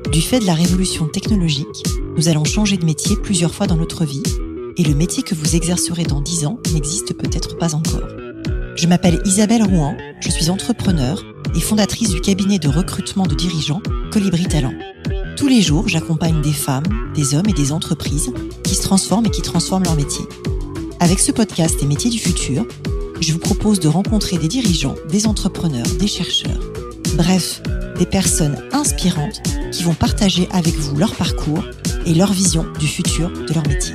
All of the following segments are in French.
Du fait de la révolution technologique, nous allons changer de métier plusieurs fois dans notre vie et le métier que vous exercerez dans 10 ans n'existe peut-être pas encore. Je m'appelle Isabelle Rouen, je suis entrepreneure et fondatrice du cabinet de recrutement de dirigeants Colibri Talent. Tous les jours, j'accompagne des femmes, des hommes et des entreprises qui se transforment et qui transforment leur métier. Avec ce podcast et Métiers du futur, je vous propose de rencontrer des dirigeants, des entrepreneurs, des chercheurs, bref, des personnes inspirantes qui vont partager avec vous leur parcours et leur vision du futur de leur métier.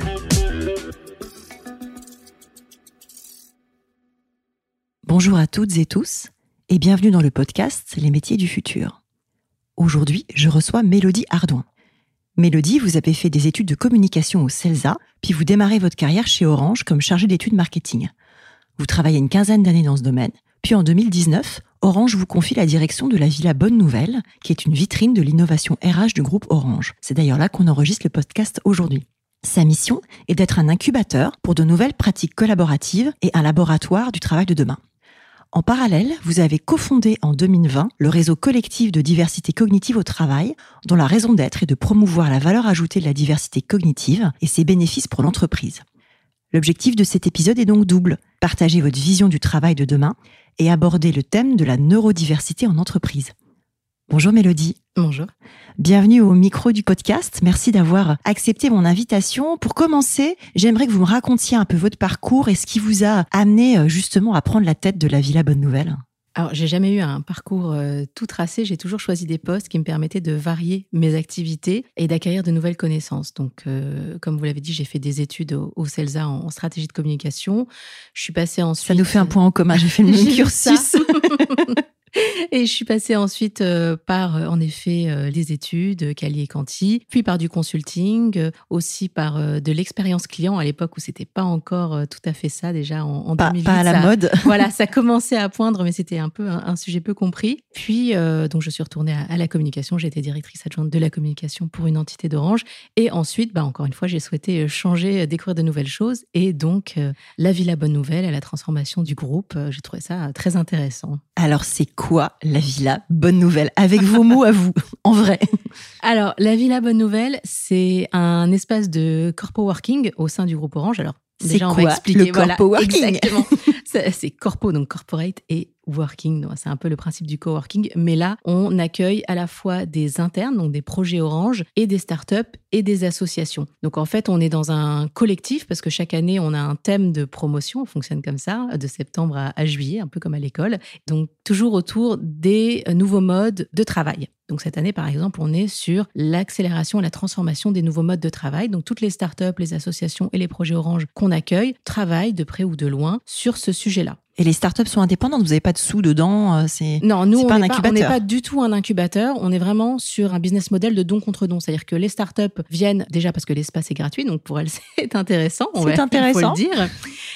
Bonjour à toutes et tous et bienvenue dans le podcast Les métiers du futur. Aujourd'hui, je reçois Mélodie Ardouin. Mélodie, vous avez fait des études de communication au CELSA, puis vous démarrez votre carrière chez Orange comme chargée d'études marketing. Vous travaillez une quinzaine d'années dans ce domaine, puis en 2019, Orange vous confie la direction de la Villa Bonne Nouvelle, qui est une vitrine de l'innovation RH du groupe Orange. C'est d'ailleurs là qu'on enregistre le podcast aujourd'hui. Sa mission est d'être un incubateur pour de nouvelles pratiques collaboratives et un laboratoire du travail de demain. En parallèle, vous avez cofondé en 2020 le réseau collectif de diversité cognitive au travail, dont la raison d'être est de promouvoir la valeur ajoutée de la diversité cognitive et ses bénéfices pour l'entreprise. L'objectif de cet épisode est donc double, partager votre vision du travail de demain et aborder le thème de la neurodiversité en entreprise. Bonjour Mélodie. Bonjour. Bienvenue au micro du podcast. Merci d'avoir accepté mon invitation. Pour commencer, j'aimerais que vous me racontiez un peu votre parcours et ce qui vous a amené justement à prendre la tête de la Villa Bonne Nouvelle. Alors, j'ai jamais eu un parcours tout tracé. J'ai toujours choisi des postes qui me permettaient de varier mes activités et d'acquérir de nouvelles connaissances. Donc, comme vous l'avez dit, j'ai fait des études au CELSA en stratégie de communication. Je suis passée ensuite... Ça nous fait un point en commun. J'ai fait le même cursus. Et je suis passée ensuite par, en effet, les études, Cali et Canty, puis par du consulting, aussi par de l'expérience client à l'époque où c'était pas encore tout à fait ça, déjà en 2008. Pas à la mode. Voilà, ça commençait à poindre, mais c'était un peu un sujet peu compris. Puis, donc, je suis retournée à la communication. J'ai été directrice adjointe de la communication pour une entité d'Orange. Et ensuite, encore une fois, j'ai souhaité changer, découvrir de nouvelles choses. Et donc, la Villa Bonne Nouvelle et la transformation du groupe, j'ai trouvé ça très intéressant. Alors, c'est quoi la Villa Bonne Nouvelle? Avec vos mots à vous, en vrai. Alors, la Villa Bonne Nouvelle, c'est un espace de corpo-working au sein du groupe Orange. Alors, déjà, c'est on quoi va expliquer. Le corpo-working? Exactement. C'est corpo, donc corporate et working. Donc, c'est un peu le principe du coworking. Mais là, on accueille à la fois des internes, donc des projets Orange, et des startups et des associations. Donc, en fait, on est dans un collectif parce que chaque année, on a un thème de promotion. On fonctionne comme ça, de septembre à juillet, un peu comme à l'école. Donc, toujours autour des nouveaux modes de travail. Donc, cette année, par exemple, on est sur l'accélération et la transformation des nouveaux modes de travail. Donc, toutes les startups, les associations et les projets Orange qu'on accueille travaillent de près ou de loin sur ce sujet-là. Et les startups sont indépendantes, vous n'avez pas de sous dedans, Non, nous, c'est pas un incubateur. On n'est pas du tout un incubateur, on est vraiment sur un business model de don contre don. C'est-à-dire que les startups viennent déjà parce que l'espace est gratuit, donc pour elles, c'est intéressant. Il faut le dire.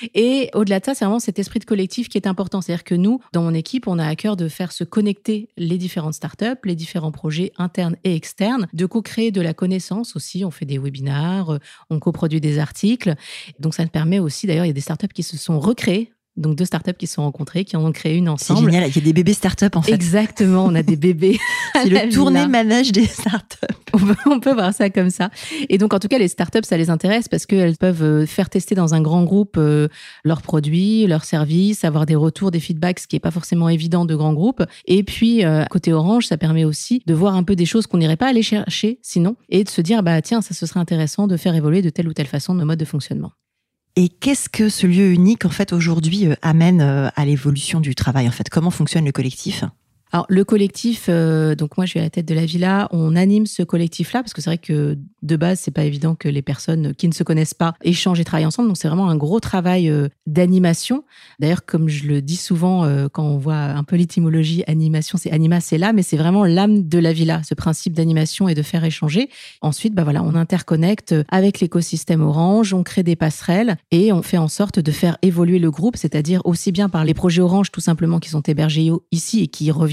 Et au-delà de ça, c'est vraiment cet esprit de collectif qui est important. C'est-à-dire que nous, dans mon équipe, on a à cœur de faire se connecter les différentes startups, les différents projets internes et externes, de co-créer de la connaissance aussi. On fait des webinars, on coproduit des articles. Donc, ça nous permet aussi, d'ailleurs, il y a des startups qui se sont recréées. Donc, 2 startups qui se sont rencontrées, qui en ont créé une ensemble. C'est génial, il y a des bébés startups en fait. Exactement, on a des bébés. C'est le tourné-manège des startups. On peut voir ça comme ça. Et donc, en tout cas, les startups, ça les intéresse parce qu'elles peuvent faire tester dans un grand groupe leurs produits, leurs services, avoir des retours, des feedbacks, ce qui n'est pas forcément évident de grands groupes. Et puis, côté Orange, ça permet aussi de voir un peu des choses qu'on n'irait pas aller chercher sinon et de se dire, tiens, ça, ce serait intéressant de faire évoluer de telle ou telle façon nos modes de fonctionnement. Et qu'est-ce que ce lieu unique, en fait, aujourd'hui, amène à l'évolution du travail, en fait? Comment fonctionne le collectif? Alors, le collectif, donc moi, je suis à la tête de la Villa. On anime ce collectif-là parce que c'est vrai que de base, c'est pas évident que les personnes qui ne se connaissent pas échangent et travaillent ensemble. Donc, c'est vraiment un gros travail d'animation. D'ailleurs, comme je le dis souvent, quand on voit un peu l'étymologie animation, c'est anima, c'est là, mais c'est vraiment l'âme de la Villa, ce principe d'animation et de faire échanger. Ensuite, on interconnecte avec l'écosystème Orange, on crée des passerelles et on fait en sorte de faire évoluer le groupe, c'est-à-dire aussi bien par les projets Orange, tout simplement, qui sont hébergés ici et qui reviennent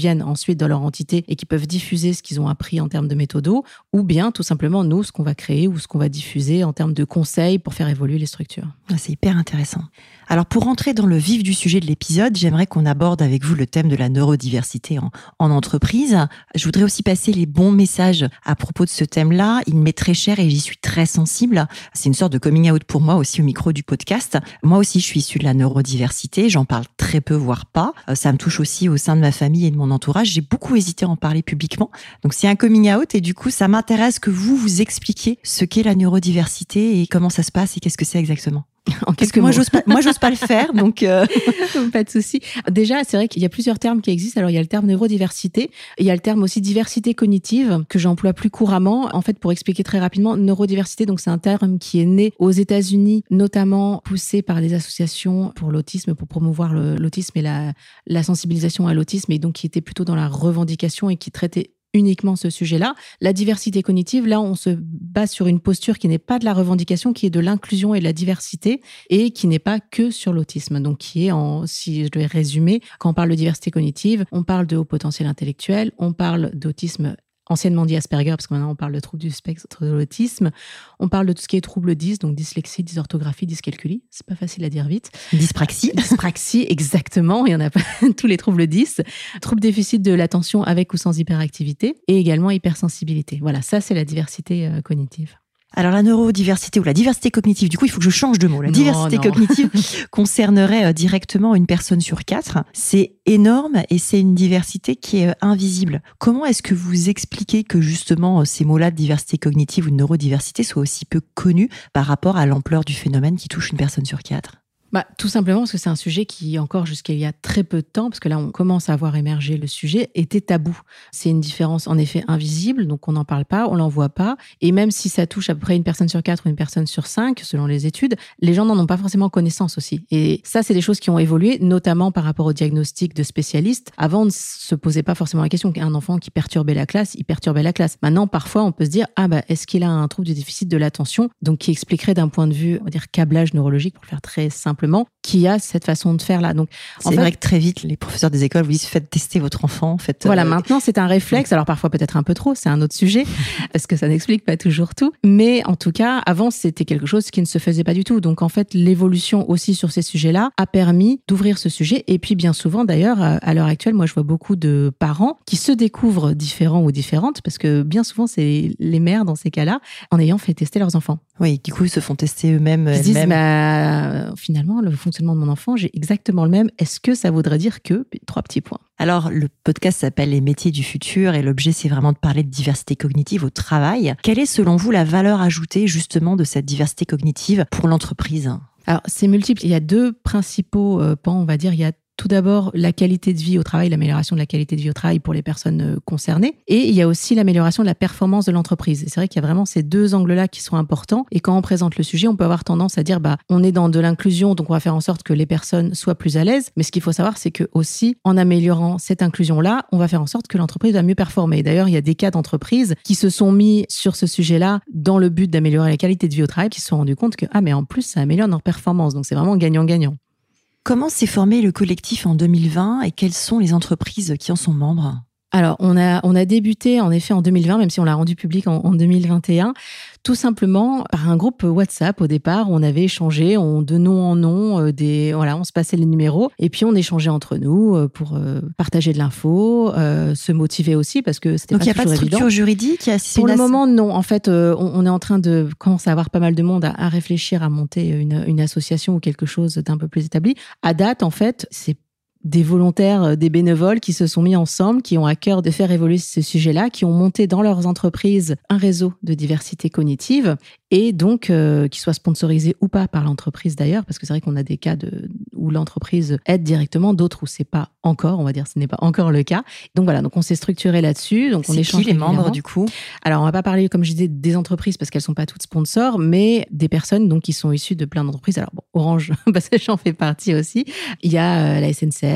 reviennent ensuite dans leur entité et qui peuvent diffuser ce qu'ils ont appris en termes de méthodo, ou bien tout simplement nous, ce qu'on va créer ou ce qu'on va diffuser en termes de conseils pour faire évoluer les structures. C'est hyper intéressant. Alors pour rentrer dans le vif du sujet de l'épisode, j'aimerais qu'on aborde avec vous le thème de la neurodiversité en entreprise. Je voudrais aussi passer les bons messages à propos de ce thème-là. Il m'est très cher et j'y suis très sensible. C'est une sorte de coming out pour moi aussi au micro du podcast. Moi aussi, je suis issue de la neurodiversité. J'en parle très peu, voire pas. Ça me touche aussi au sein de ma famille et de mon entourage. J'ai beaucoup hésité à en parler publiquement. Donc c'est un coming out et du coup, ça m'intéresse que vous expliquiez ce qu'est la neurodiversité et comment ça se passe et qu'est-ce que c'est exactement. Parce que moi, j'ose pas le faire, donc pas de souci. Déjà, c'est vrai qu'il y a plusieurs termes qui existent. Alors, il y a le terme neurodiversité, il y a le terme aussi diversité cognitive que j'emploie plus couramment. En fait, pour expliquer très rapidement, neurodiversité, donc c'est un terme qui est né aux États-Unis, notamment poussé par des associations pour l'autisme, pour promouvoir l'autisme et la sensibilisation à l'autisme, et donc qui était plutôt dans la revendication et qui traitait uniquement ce sujet-là. La diversité cognitive, là, on se base sur une posture qui n'est pas de la revendication, qui est de l'inclusion et de la diversité, et qui n'est pas que sur l'autisme. Donc, qui est, si je devais résumer, quand on parle de diversité cognitive, on parle de haut potentiel intellectuel, on parle d'autisme anciennement dit Asperger, parce que maintenant on parle de troubles du spectre de l'autisme. On parle de tout ce qui est troubles 10, donc dyslexie, dysorthographie, dyscalculie. C'est pas facile à dire vite. Dyspraxie. Dyspraxie, exactement. Il y en a pas tous les troubles 10. Troubles déficit de l'attention avec ou sans hyperactivité. Et également hypersensibilité. Voilà, ça c'est la diversité cognitive. Alors la neurodiversité ou la diversité cognitive, du coup il faut que je change de mot. La diversité cognitive concernerait directement une personne sur 4. C'est énorme et c'est une diversité qui est invisible. Comment est-ce que vous expliquez que justement ces mots-là de diversité cognitive ou de neurodiversité soient aussi peu connus par rapport à l'ampleur du phénomène qui touche une personne sur 4 ? Tout simplement parce que c'est un sujet qui, encore jusqu'à il y a très peu de temps, parce que là on commence à voir émerger le sujet, était tabou. C'est une différence en effet invisible, donc on n'en parle pas, on l'en voit pas, et même si ça touche à peu près une personne sur 4 ou une personne sur 5, selon les études, les gens n'en ont pas forcément connaissance aussi. Et ça, c'est des choses qui ont évolué, notamment par rapport au diagnostic de spécialistes. Avant, on ne se posait pas forcément la question qu'un enfant qui perturbait la classe, il perturbait la classe. Maintenant, parfois, on peut se dire, est-ce qu'il a un trouble du déficit de l'attention, donc qui expliquerait d'un point de vue, on va dire, câblage neurologique, pour le faire très simple, qui a cette façon de faire là. Donc, c'est vrai que très vite, les professeurs des écoles vous disent faites tester votre enfant. Voilà, maintenant c'est un réflexe. Alors parfois peut-être un peu trop, c'est un autre sujet parce que ça n'explique pas toujours tout. Mais en tout cas, avant c'était quelque chose qui ne se faisait pas du tout. Donc en fait, l'évolution aussi sur ces sujets-là a permis d'ouvrir ce sujet. Et puis bien souvent d'ailleurs, à l'heure actuelle, moi je vois beaucoup de parents qui se découvrent différents ou différentes parce que bien souvent c'est les mères dans ces cas-là en ayant fait tester leurs enfants. Oui, du coup ils se font tester eux-mêmes. Ils se disent finalement le fonctionnement de mon enfant, j'ai exactement le même. Est-ce que ça voudrait dire que 3 petits points. Alors, le podcast s'appelle Les métiers du futur et l'objet, c'est vraiment de parler de diversité cognitive au travail. Quelle est, selon vous, la valeur ajoutée, justement, de cette diversité cognitive pour l'entreprise ? Alors, c'est multiple. Il y a 2 principaux pans, on va dire. Il y a tout d'abord la qualité de vie au travail, l'amélioration de la qualité de vie au travail pour les personnes concernées. Et il y a aussi l'amélioration de la performance de l'entreprise. Et c'est vrai qu'il y a vraiment ces 2 angles-là qui sont importants. Et quand on présente le sujet, on peut avoir tendance à dire, on est dans de l'inclusion, donc on va faire en sorte que les personnes soient plus à l'aise. Mais ce qu'il faut savoir, c'est que aussi, en améliorant cette inclusion-là, on va faire en sorte que l'entreprise va mieux performer. D'ailleurs, il y a des cas d'entreprises qui se sont mis sur ce sujet-là dans le but d'améliorer la qualité de vie au travail, qui se sont rendus compte que, mais en plus, ça améliore leur performance. Donc c'est vraiment gagnant-gagnant. Comment s'est formé le collectif en 2020 et quelles sont les entreprises qui en sont membres ? Alors, on a débuté en effet en 2020, même si on l'a rendu public en 2021, tout simplement par un groupe WhatsApp. Au départ, on avait échangé de nom en nom, on se passait les numéros et puis on échangeait entre nous pour partager de l'info, se motiver aussi parce que c'était pas toujours évident. Donc il n'y a pas de structure juridique ? Pour le moment, non. En fait, on est en train de commencer à avoir pas mal de monde à réfléchir à monter une association ou quelque chose d'un peu plus établi. À date, en fait, c'est des volontaires, des bénévoles qui se sont mis ensemble, qui ont à cœur de faire évoluer ce sujet-là, qui ont monté dans leurs entreprises un réseau de diversité cognitive et donc qui soit sponsorisé ou pas par l'entreprise d'ailleurs, parce que c'est vrai qu'on a des cas où l'entreprise aide directement, d'autres où c'est pas encore, on va dire, ce n'est pas encore le cas. Donc voilà, donc on s'est structuré là-dessus. Donc on échange qui les membres du coup ? Alors on va pas parler, comme je disais, des entreprises parce qu'elles sont pas toutes sponsors, mais des personnes donc qui sont issues de plein d'entreprises. Alors bon, Orange, parce que j'en fais partie aussi. Il y a la SNCF.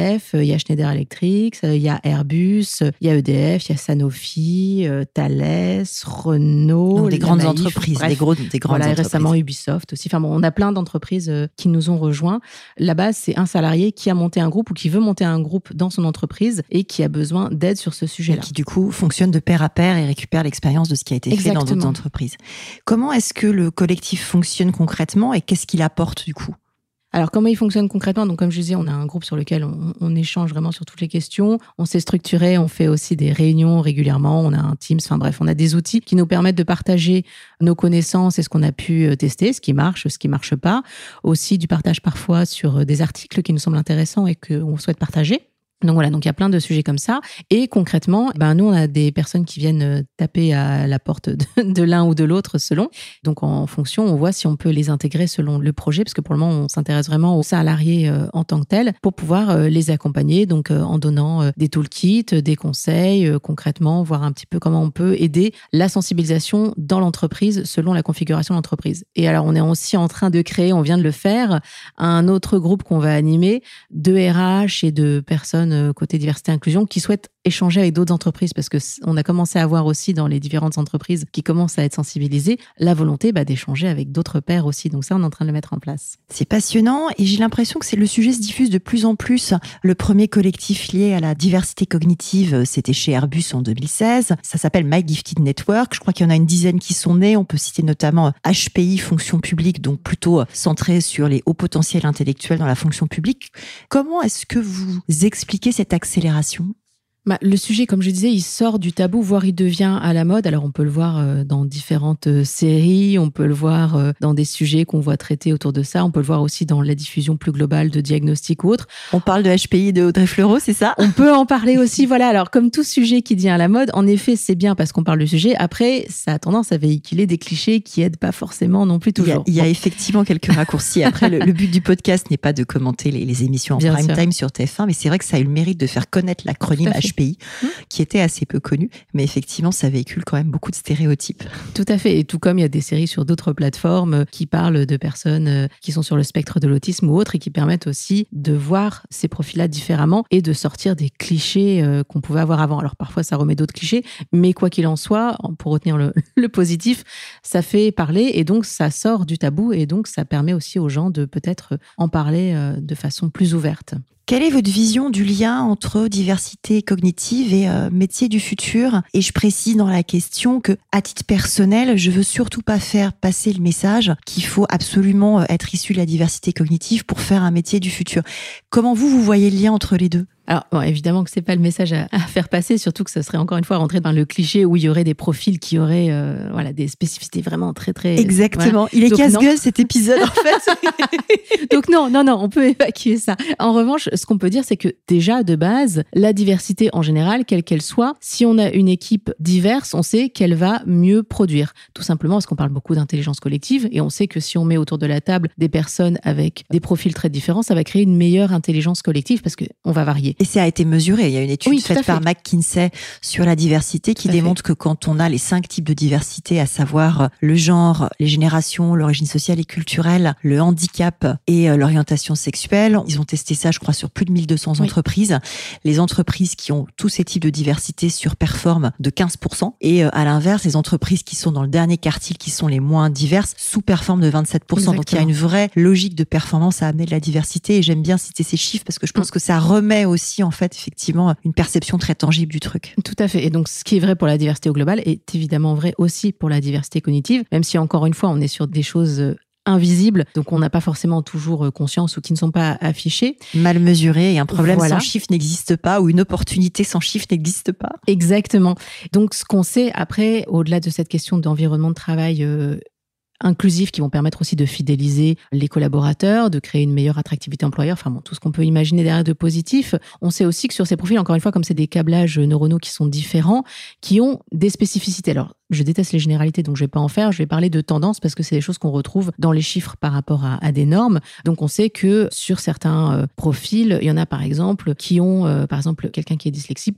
EDF, il y a Schneider Electric, il y a Airbus, il y a EDF, il y a Sanofi, Thales, Renault. Donc, des grandes Naïf, entreprises, bref. des grandes Voilà, et entreprises. récemment Ubisoft aussi. Enfin bon, on a plein d'entreprises qui nous ont rejoints. La base, c'est un salarié qui a monté un groupe ou qui veut monter un groupe dans son entreprise et qui a besoin d'aide sur ce sujet-là. Et qui, du coup, fonctionne de pair à pair et récupère l'expérience de ce qui a été fait dans d'autres entreprises. Comment est-ce que le collectif fonctionne concrètement et qu'est-ce qu'il apporte, du coup ? Alors, comment il fonctionne concrètement ? Donc, comme je disais, on a un groupe sur lequel on échange vraiment sur toutes les questions. On s'est structuré, on fait aussi des réunions régulièrement. On a un Teams, enfin bref, on a des outils qui nous permettent de partager nos connaissances et ce qu'on a pu tester, ce qui marche pas. Aussi du partage parfois sur des articles qui nous semblent intéressants et qu'on souhaite partager. Donc voilà, donc il y a plein de sujets comme ça. Et concrètement, nous, on a des personnes qui viennent taper à la porte de l'un ou de l'autre selon. Donc en fonction, on voit si on peut les intégrer selon le projet, parce que pour le moment, on s'intéresse vraiment aux salariés en tant que tels pour pouvoir les accompagner, donc en donnant des toolkits, des conseils, concrètement, voir un petit peu comment on peut aider la sensibilisation dans l'entreprise selon la configuration de l'entreprise. Et alors, on est aussi en train de créer, on vient de le faire, un autre groupe qu'on va animer de RH et de personnes côté diversité inclusion qui souhaitent échanger avec d'autres entreprises, parce que on a commencé à voir aussi dans les différentes entreprises qui commencent à être sensibilisées la volonté d'échanger avec d'autres pairs aussi. Donc ça, on est en train de le mettre en place. C'est passionnant et j'ai l'impression que le sujet se diffuse de plus en plus. Le premier collectif lié à la diversité cognitive, c'était chez Airbus en 2016. Ça s'appelle My Gifted Network. Je crois qu'il y en a une dizaine qui sont nés. On peut citer notamment HPI, fonction publique, donc plutôt centré sur les hauts potentiels intellectuels dans la fonction publique. Comment est-ce que vous expliquez cette accélération ? Le sujet, comme je disais, il sort du tabou, voire il devient à la mode. Alors, on peut le voir dans différentes séries, on peut le voir dans des sujets qu'on voit traités autour de ça, on peut le voir aussi dans la diffusion plus globale de diagnostics ou autres. On parle de HPI de Audrey Fleurot, c'est ça ? On peut en parler aussi, voilà. Alors, comme tout sujet qui devient à la mode, en effet, c'est bien parce qu'on parle du sujet. Après, ça a tendance à véhiculer des clichés qui aident pas forcément non plus toujours. Il y a effectivement quelques raccourcis. Après, le but du podcast n'est pas de commenter les émissions en prime time sur TF1, mais c'est vrai que ça a eu le mérite de faire connaître l'acronyme HPI. Qui était assez peu connu, mais effectivement, ça véhicule quand même beaucoup de stéréotypes. Tout à fait, et tout comme il y a des séries sur d'autres plateformes qui parlent de personnes qui sont sur le spectre de l'autisme ou autres et qui permettent aussi de voir ces profils-là différemment et de sortir des clichés qu'on pouvait avoir avant. Alors parfois, ça remet d'autres clichés, mais quoi qu'il en soit, pour retenir le positif, ça fait parler et donc ça sort du tabou et donc ça permet aussi aux gens de peut-être en parler de façon plus ouverte. Quelle est votre vision du lien entre diversité cognitive et métier du futur ? Et je précise dans la question que, à titre personnel, je veux surtout pas faire passer le message qu'il faut absolument être issu de la diversité cognitive pour faire un métier du futur. Comment vous voyez le lien entre les deux ? Alors, bon, évidemment que c'est pas le message à faire passer, surtout que ça serait encore une fois rentrer dans le cliché où il y aurait des profils qui auraient des spécificités vraiment très, très... Exactement. Voilà. Il est casse-gueule cet épisode, en fait. Donc non, on peut évacuer ça. En revanche, ce qu'on peut dire, c'est que déjà, de base, la diversité en général, quelle qu'elle soit, si on a une équipe diverse, on sait qu'elle va mieux produire. Tout simplement parce qu'on parle beaucoup d'intelligence collective et on sait que si on met autour de la table des personnes avec des profils très différents, ça va créer une meilleure intelligence collective parce qu'on va varier. Et ça a été mesuré. Il y a une étude faite par McKinsey sur la diversité qui démontre que quand on a les 5 types de diversité, à savoir le genre, les générations, l'origine sociale et culturelle, le handicap et l'orientation sexuelle, ils ont testé ça, je crois, sur plus de 1200 entreprises. Les entreprises qui ont tous ces types de diversité surperforment de 15%. Et à l'inverse, les entreprises qui sont dans le dernier quartile, qui sont les moins diverses, sous-performent de 27%. Exactement. Donc il y a une vraie logique de performance à amener de la diversité. Et j'aime bien citer ces chiffres parce que je pense que ça remet aussi en fait effectivement une perception très tangible du truc. Tout à fait. Et donc ce qui est vrai pour la diversité au global est évidemment vrai aussi pour la diversité cognitive, même si encore une fois on est sur des choses invisibles, donc on n'a pas forcément toujours conscience ou qui ne sont pas affichées. Mal mesuré et un problème sans chiffre n'existe pas ou une opportunité sans chiffre n'existe pas. Exactement. Donc ce qu'on sait après, au-delà de cette question d'environnement de travail inclusifs qui vont permettre aussi de fidéliser les collaborateurs, de créer une meilleure attractivité employeur, enfin bon, tout ce qu'on peut imaginer derrière de positif. On sait aussi que sur ces profils, encore une fois, comme c'est des câblages neuronaux qui sont différents, qui ont des spécificités. Alors, je déteste les généralités, donc je vais pas en faire. Je vais parler de tendances parce que c'est des choses qu'on retrouve dans les chiffres par rapport à des normes. Donc, on sait que sur certains profils, il y en a par exemple qui ont, par exemple, quelqu'un qui est dyslexique,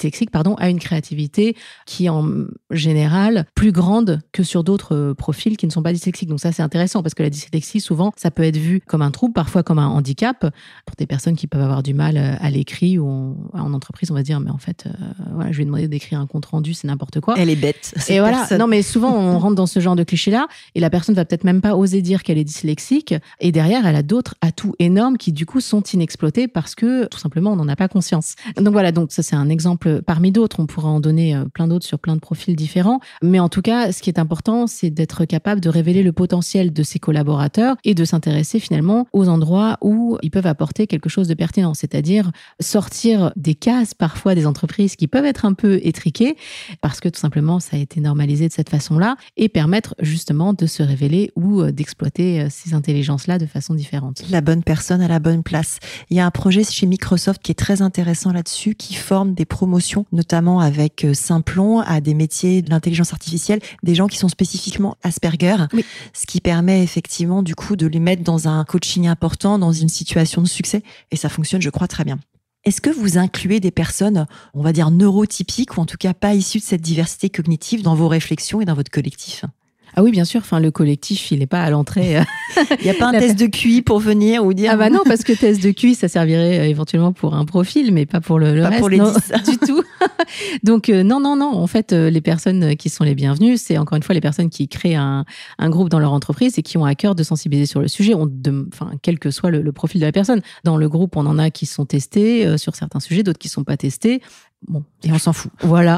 a une créativité qui est en général plus grande que sur d'autres profils qui ne sont pas dyslexiques. Donc ça, c'est intéressant parce que la dyslexie, souvent, ça peut être vu comme un trouble, parfois comme un handicap pour des personnes qui peuvent avoir du mal à l'écrit ou en entreprise, on va dire, mais en fait, voilà, je lui ai demandé d'écrire un compte rendu, c'est n'importe quoi. Elle est bête. Et voilà. Non, mais souvent, on rentre dans ce genre de cliché-là et la personne va peut-être même pas oser dire qu'elle est dyslexique. Et derrière, elle a d'autres atouts énormes qui, du coup, sont inexploités parce que, tout simplement, on n'en a pas conscience. Donc voilà, donc ça, c'est un exemple parmi d'autres. On pourra en donner plein d'autres sur plein de profils différents. Mais en tout cas, ce qui est important, c'est d'être capable de révéler le potentiel de ses collaborateurs et de s'intéresser finalement aux endroits où ils peuvent apporter quelque chose de pertinent. C'est-à-dire sortir des cases, parfois, des entreprises qui peuvent être un peu étriquées parce que, tout simplement, ça a été normalisé de cette façon-là et permettre justement de se révéler ou d'exploiter ces intelligences-là de façon différente. La bonne personne à la bonne place. Il y a un projet chez Microsoft qui est très intéressant là-dessus, qui forme des promotions, notamment avec Simplon, à des métiers de l'intelligence artificielle, des gens qui sont spécifiquement Asperger, oui. Ce qui permet effectivement du coup de les mettre dans un coaching important, dans une situation de succès, et ça fonctionne, je crois, très bien. Est-ce que vous incluez des personnes, on va dire neurotypiques, ou en tout cas pas issues de cette diversité cognitive dans vos réflexions et dans votre collectif ? Ah oui, bien sûr. Enfin, le collectif, il n'est pas à l'entrée. Il n'y a pas un test de QI pour venir ou dire. Ah bah non, parce que test de QI, ça servirait éventuellement pour un profil, mais pas pour le pas reste. Pour les non, 10. Du tout. Donc non. En fait, les personnes qui sont les bienvenues, c'est encore une fois les personnes qui créent un groupe dans leur entreprise et qui ont à cœur de sensibiliser sur le sujet. Quel que soit le profil de la personne. Dans le groupe, on en a qui sont testés sur certains sujets, d'autres qui sont pas testés. Bon, et on s'en fout. Voilà.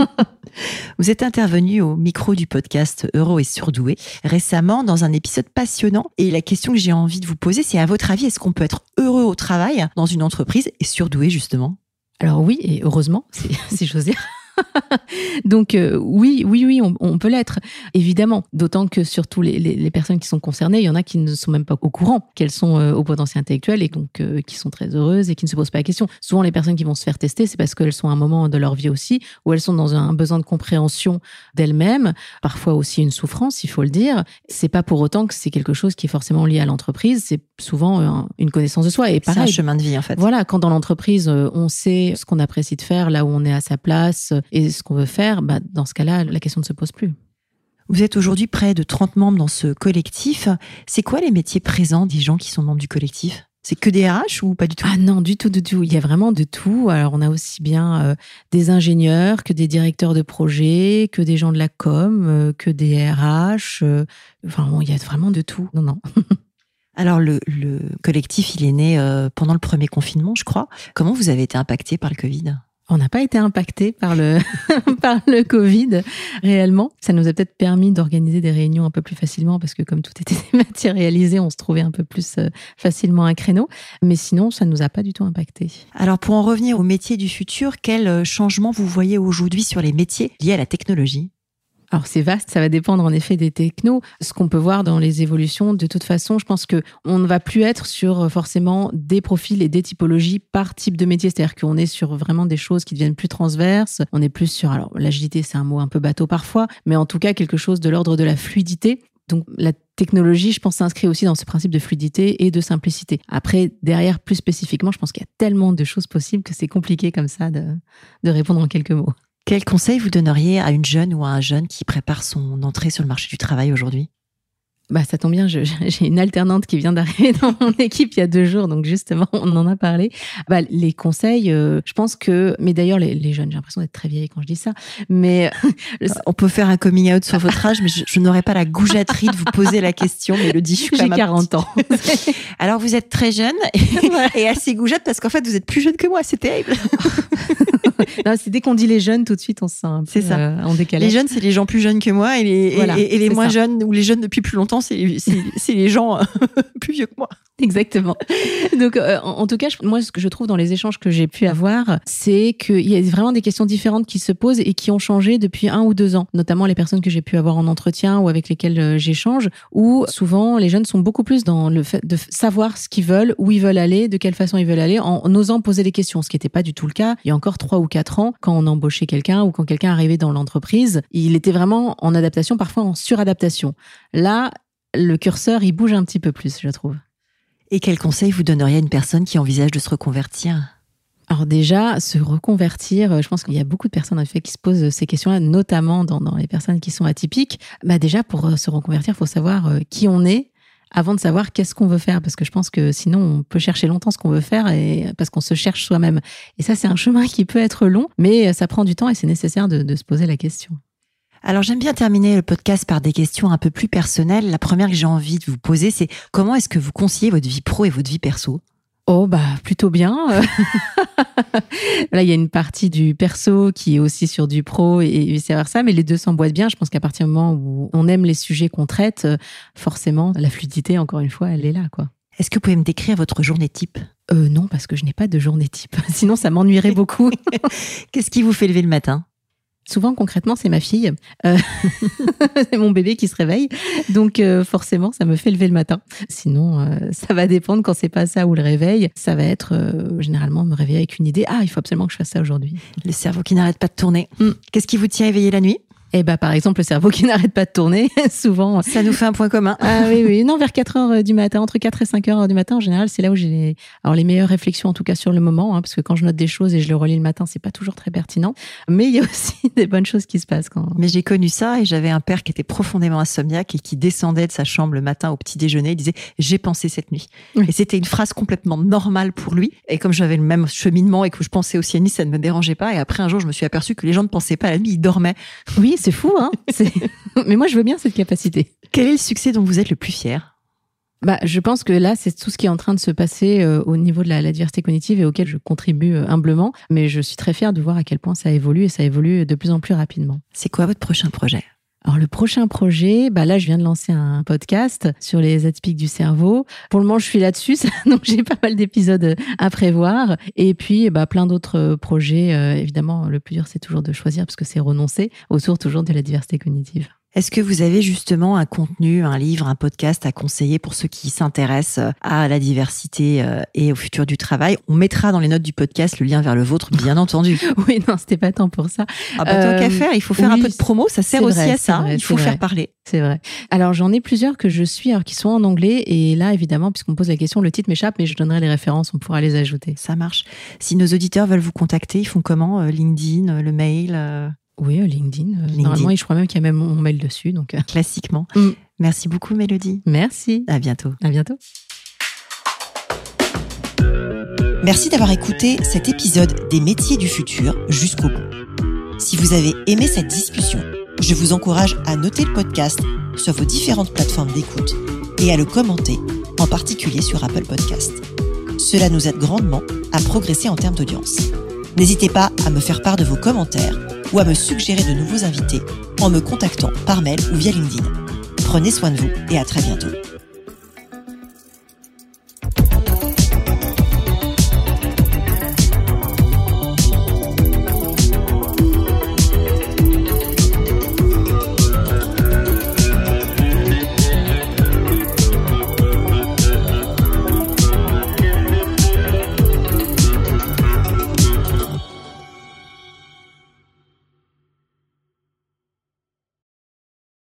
Vous êtes intervenu au micro du podcast Heureux et Surdoué récemment dans un épisode passionnant. Et la question que j'ai envie de vous poser, c'est à votre avis, est-ce qu'on peut être heureux au travail dans une entreprise et surdoué justement ? Alors oui, et heureusement, si j'ose dire. Donc oui, on peut l'être, évidemment. D'autant que surtout les personnes qui sont concernées, il y en a qui ne sont même pas au courant qu'elles sont au potentiel intellectuel et donc qui sont très heureuses et qui ne se posent pas la question. Souvent, les personnes qui vont se faire tester, c'est parce qu'elles sont à un moment de leur vie aussi où elles sont dans un besoin de compréhension d'elles-mêmes, parfois aussi une souffrance, il faut le dire. C'est pas pour autant que c'est quelque chose qui est forcément lié à l'entreprise. C'est souvent une connaissance de soi. Et pareil, c'est un chemin de vie en fait. Voilà, quand dans l'entreprise, on sait ce qu'on apprécie de faire, là où on est à sa place et ce qu'on veut faire, dans ce cas-là, la question ne se pose plus. Vous êtes aujourd'hui près de 30 membres dans ce collectif. C'est quoi les métiers présents des gens qui sont membres du collectif ? C'est que des RH ou pas du tout ? Ah non, du tout. Il y a vraiment de tout. Alors, on a aussi bien des ingénieurs que des directeurs de projet, que des gens de la com, que des RH. Il y a vraiment de tout. Non. Alors, le collectif, il est né pendant le premier confinement, je crois. Comment vous avez été impacté par le Covid ? On n'a pas été impacté par le Covid, réellement. Ça nous a peut-être permis d'organiser des réunions un peu plus facilement parce que comme tout était dématérialisé, on se trouvait un peu plus facilement un créneau. Mais sinon, ça ne nous a pas du tout impacté. Alors, pour en revenir aux métiers du futur, quel changement vous voyez aujourd'hui sur les métiers liés à la technologie ? Alors c'est vaste, ça va dépendre en effet des technos. Ce qu'on peut voir dans les évolutions, de toute façon, je pense qu'on ne va plus être sur forcément des profils et des typologies par type de métier. C'est-à-dire qu'on est sur vraiment des choses qui deviennent plus transverses. On est plus sur, alors l'agilité c'est un mot un peu bateau parfois, mais en tout cas quelque chose de l'ordre de la fluidité. Donc la technologie, je pense, s'inscrit aussi dans ce principe de fluidité et de simplicité. Après, derrière, plus spécifiquement, je pense qu'il y a tellement de choses possibles que c'est compliqué comme ça de répondre en quelques mots. Quel conseil vous donneriez à une jeune ou à un jeune qui prépare son entrée sur le marché du travail aujourd'hui ? Ça tombe bien, j'ai une alternante qui vient d'arriver dans mon équipe il y a 2 jours, donc justement, on en a parlé. Les conseils, je pense que... Mais d'ailleurs, les jeunes, j'ai l'impression d'être très vieille quand je dis ça, mais... On peut faire un coming out sur votre âge, mais je n'aurais pas la goujaterie de vous poser la question, mais le dit, je suis J'ai 40 ans. Alors, vous êtes très jeune et assez goujate parce qu'en fait, vous êtes plus jeune que moi, c'est terrible. Non, c'est dès qu'on dit les jeunes, tout de suite, on se sent un peu en décalage. Les jeunes, c'est les gens plus jeunes que moi et les moins jeunes ou les jeunes depuis plus longtemps, c'est les gens plus vieux que moi. Exactement. Donc, en tout cas, moi, ce que je trouve dans les échanges que j'ai pu avoir, c'est qu'il y a vraiment des questions différentes qui se posent et qui ont changé depuis 1 ou 2 ans. Notamment les personnes que j'ai pu avoir en entretien ou avec lesquelles j'échange, où souvent les jeunes sont beaucoup plus dans le fait de savoir ce qu'ils veulent, où ils veulent aller, de quelle façon ils veulent aller, en osant poser des questions, ce qui n'était pas du tout le cas il y a encore 3 ou 4 ans, quand on embauchait quelqu'un ou quand quelqu'un arrivait dans l'entreprise. Il était vraiment en adaptation, parfois en suradaptation. Là, le curseur, il bouge un petit peu plus, je trouve. Et quel conseil vous donneriez à une personne qui envisage de se reconvertir ? Alors déjà, se reconvertir, je pense qu'il y a beaucoup de personnes en fait qui se posent ces questions-là, notamment dans les personnes qui sont atypiques. Déjà, pour se reconvertir, il faut savoir qui on est avant de savoir qu'est-ce qu'on veut faire. Parce que je pense que sinon, on peut chercher longtemps ce qu'on veut faire parce qu'on se cherche soi-même. Et ça, c'est un chemin qui peut être long, mais ça prend du temps et c'est nécessaire de se poser la question. Alors, j'aime bien terminer le podcast par des questions un peu plus personnelles. La première que j'ai envie de vous poser, c'est comment est-ce que vous conciliez votre vie pro et votre vie perso ? Oh, plutôt bien. Là, il y a une partie du perso qui est aussi sur du pro et vice-versa, mais les deux s'emboîtent bien. Je pense qu'à partir du moment où on aime les sujets qu'on traite, forcément, la fluidité, encore une fois, elle est là, quoi. Est-ce que vous pouvez me décrire votre journée type ? Non, parce que je n'ai pas de journée type. Sinon, ça m'ennuierait beaucoup. Qu'est-ce qui vous fait lever le matin ? Souvent, concrètement, c'est ma fille. C'est mon bébé qui se réveille. Donc, forcément, ça me fait lever le matin. Sinon, ça va dépendre quand c'est pas ça ou le réveil. Ça va être généralement me réveiller avec une idée. Ah, il faut absolument que je fasse ça aujourd'hui. Le cerveau qui n'arrête pas de tourner. Qu'est-ce qui vous tient éveillé la nuit ? Par exemple, le cerveau qui n'arrête pas de tourner, souvent. Ça nous fait un point commun. Ah oui. Non, vers 4 heures du matin, entre 4 et 5 heures du matin, en général, c'est là où j'ai les meilleures réflexions, en tout cas sur le moment, parce que quand je note des choses et je le relis le matin, c'est pas toujours très pertinent. Mais il y a aussi des bonnes choses qui se passent quand. Mais j'ai connu ça et j'avais un père qui était profondément insomniaque et qui descendait de sa chambre le matin au petit déjeuner. Il disait « J'ai pensé cette nuit ». Et c'était une phrase complètement normale pour lui. Et comme j'avais le même cheminement et que je pensais aussi à la nuit, ça ne me dérangeait pas. Et après, un jour, je me suis aperçue que les gens ne pensaient pas à la nuit, ils dormaient. Oui, c'est fou, hein. Mais moi, je veux bien cette capacité. Quel est le succès dont vous êtes le plus fier ? Je pense que là, c'est tout ce qui est en train de se passer au niveau de la diversité cognitive et auquel je contribue humblement. Mais je suis très fière de voir à quel point ça évolue et ça évolue de plus en plus rapidement. C'est quoi votre prochain projet ? Alors, le prochain projet, là, je viens de lancer un podcast sur les atypiques du cerveau. Pour le moment, je suis là-dessus, donc j'ai pas mal d'épisodes à prévoir. Et puis, plein d'autres projets. Évidemment, le plus dur, c'est toujours de choisir parce que c'est renoncer autour toujours de la diversité cognitive. Est-ce que vous avez justement un contenu, un livre, un podcast à conseiller pour ceux qui s'intéressent à la diversité et au futur du travail ? On mettra dans les notes du podcast le lien vers le vôtre, bien entendu. Oui, non, c'était pas tant pour ça. Tant qu'à faire, il faut faire un peu de promo, ça sert aussi à ça. Il faut faire parler. C'est vrai. Alors, j'en ai plusieurs que je suis, qui sont en anglais. Et là, évidemment, puisqu'on me pose la question, le titre m'échappe, mais je donnerai les références, on pourra les ajouter. Ça marche. Si nos auditeurs veulent vous contacter, ils font comment ? LinkedIn, le mail Oui, LinkedIn. Normalement, je crois même qu'il y a même mon mail dessus. Donc... Classiquement. Merci beaucoup, Mélodie. Merci. À bientôt. À bientôt. Merci d'avoir écouté cet épisode des métiers du futur jusqu'au bout. Si vous avez aimé cette discussion, je vous encourage à noter le podcast sur vos différentes plateformes d'écoute et à le commenter, en particulier sur Apple Podcast. Cela nous aide grandement à progresser en termes d'audience. N'hésitez pas à me faire part de vos commentaires ou à me suggérer de nouveaux invités en me contactant par mail ou via LinkedIn. Prenez soin de vous et à très bientôt.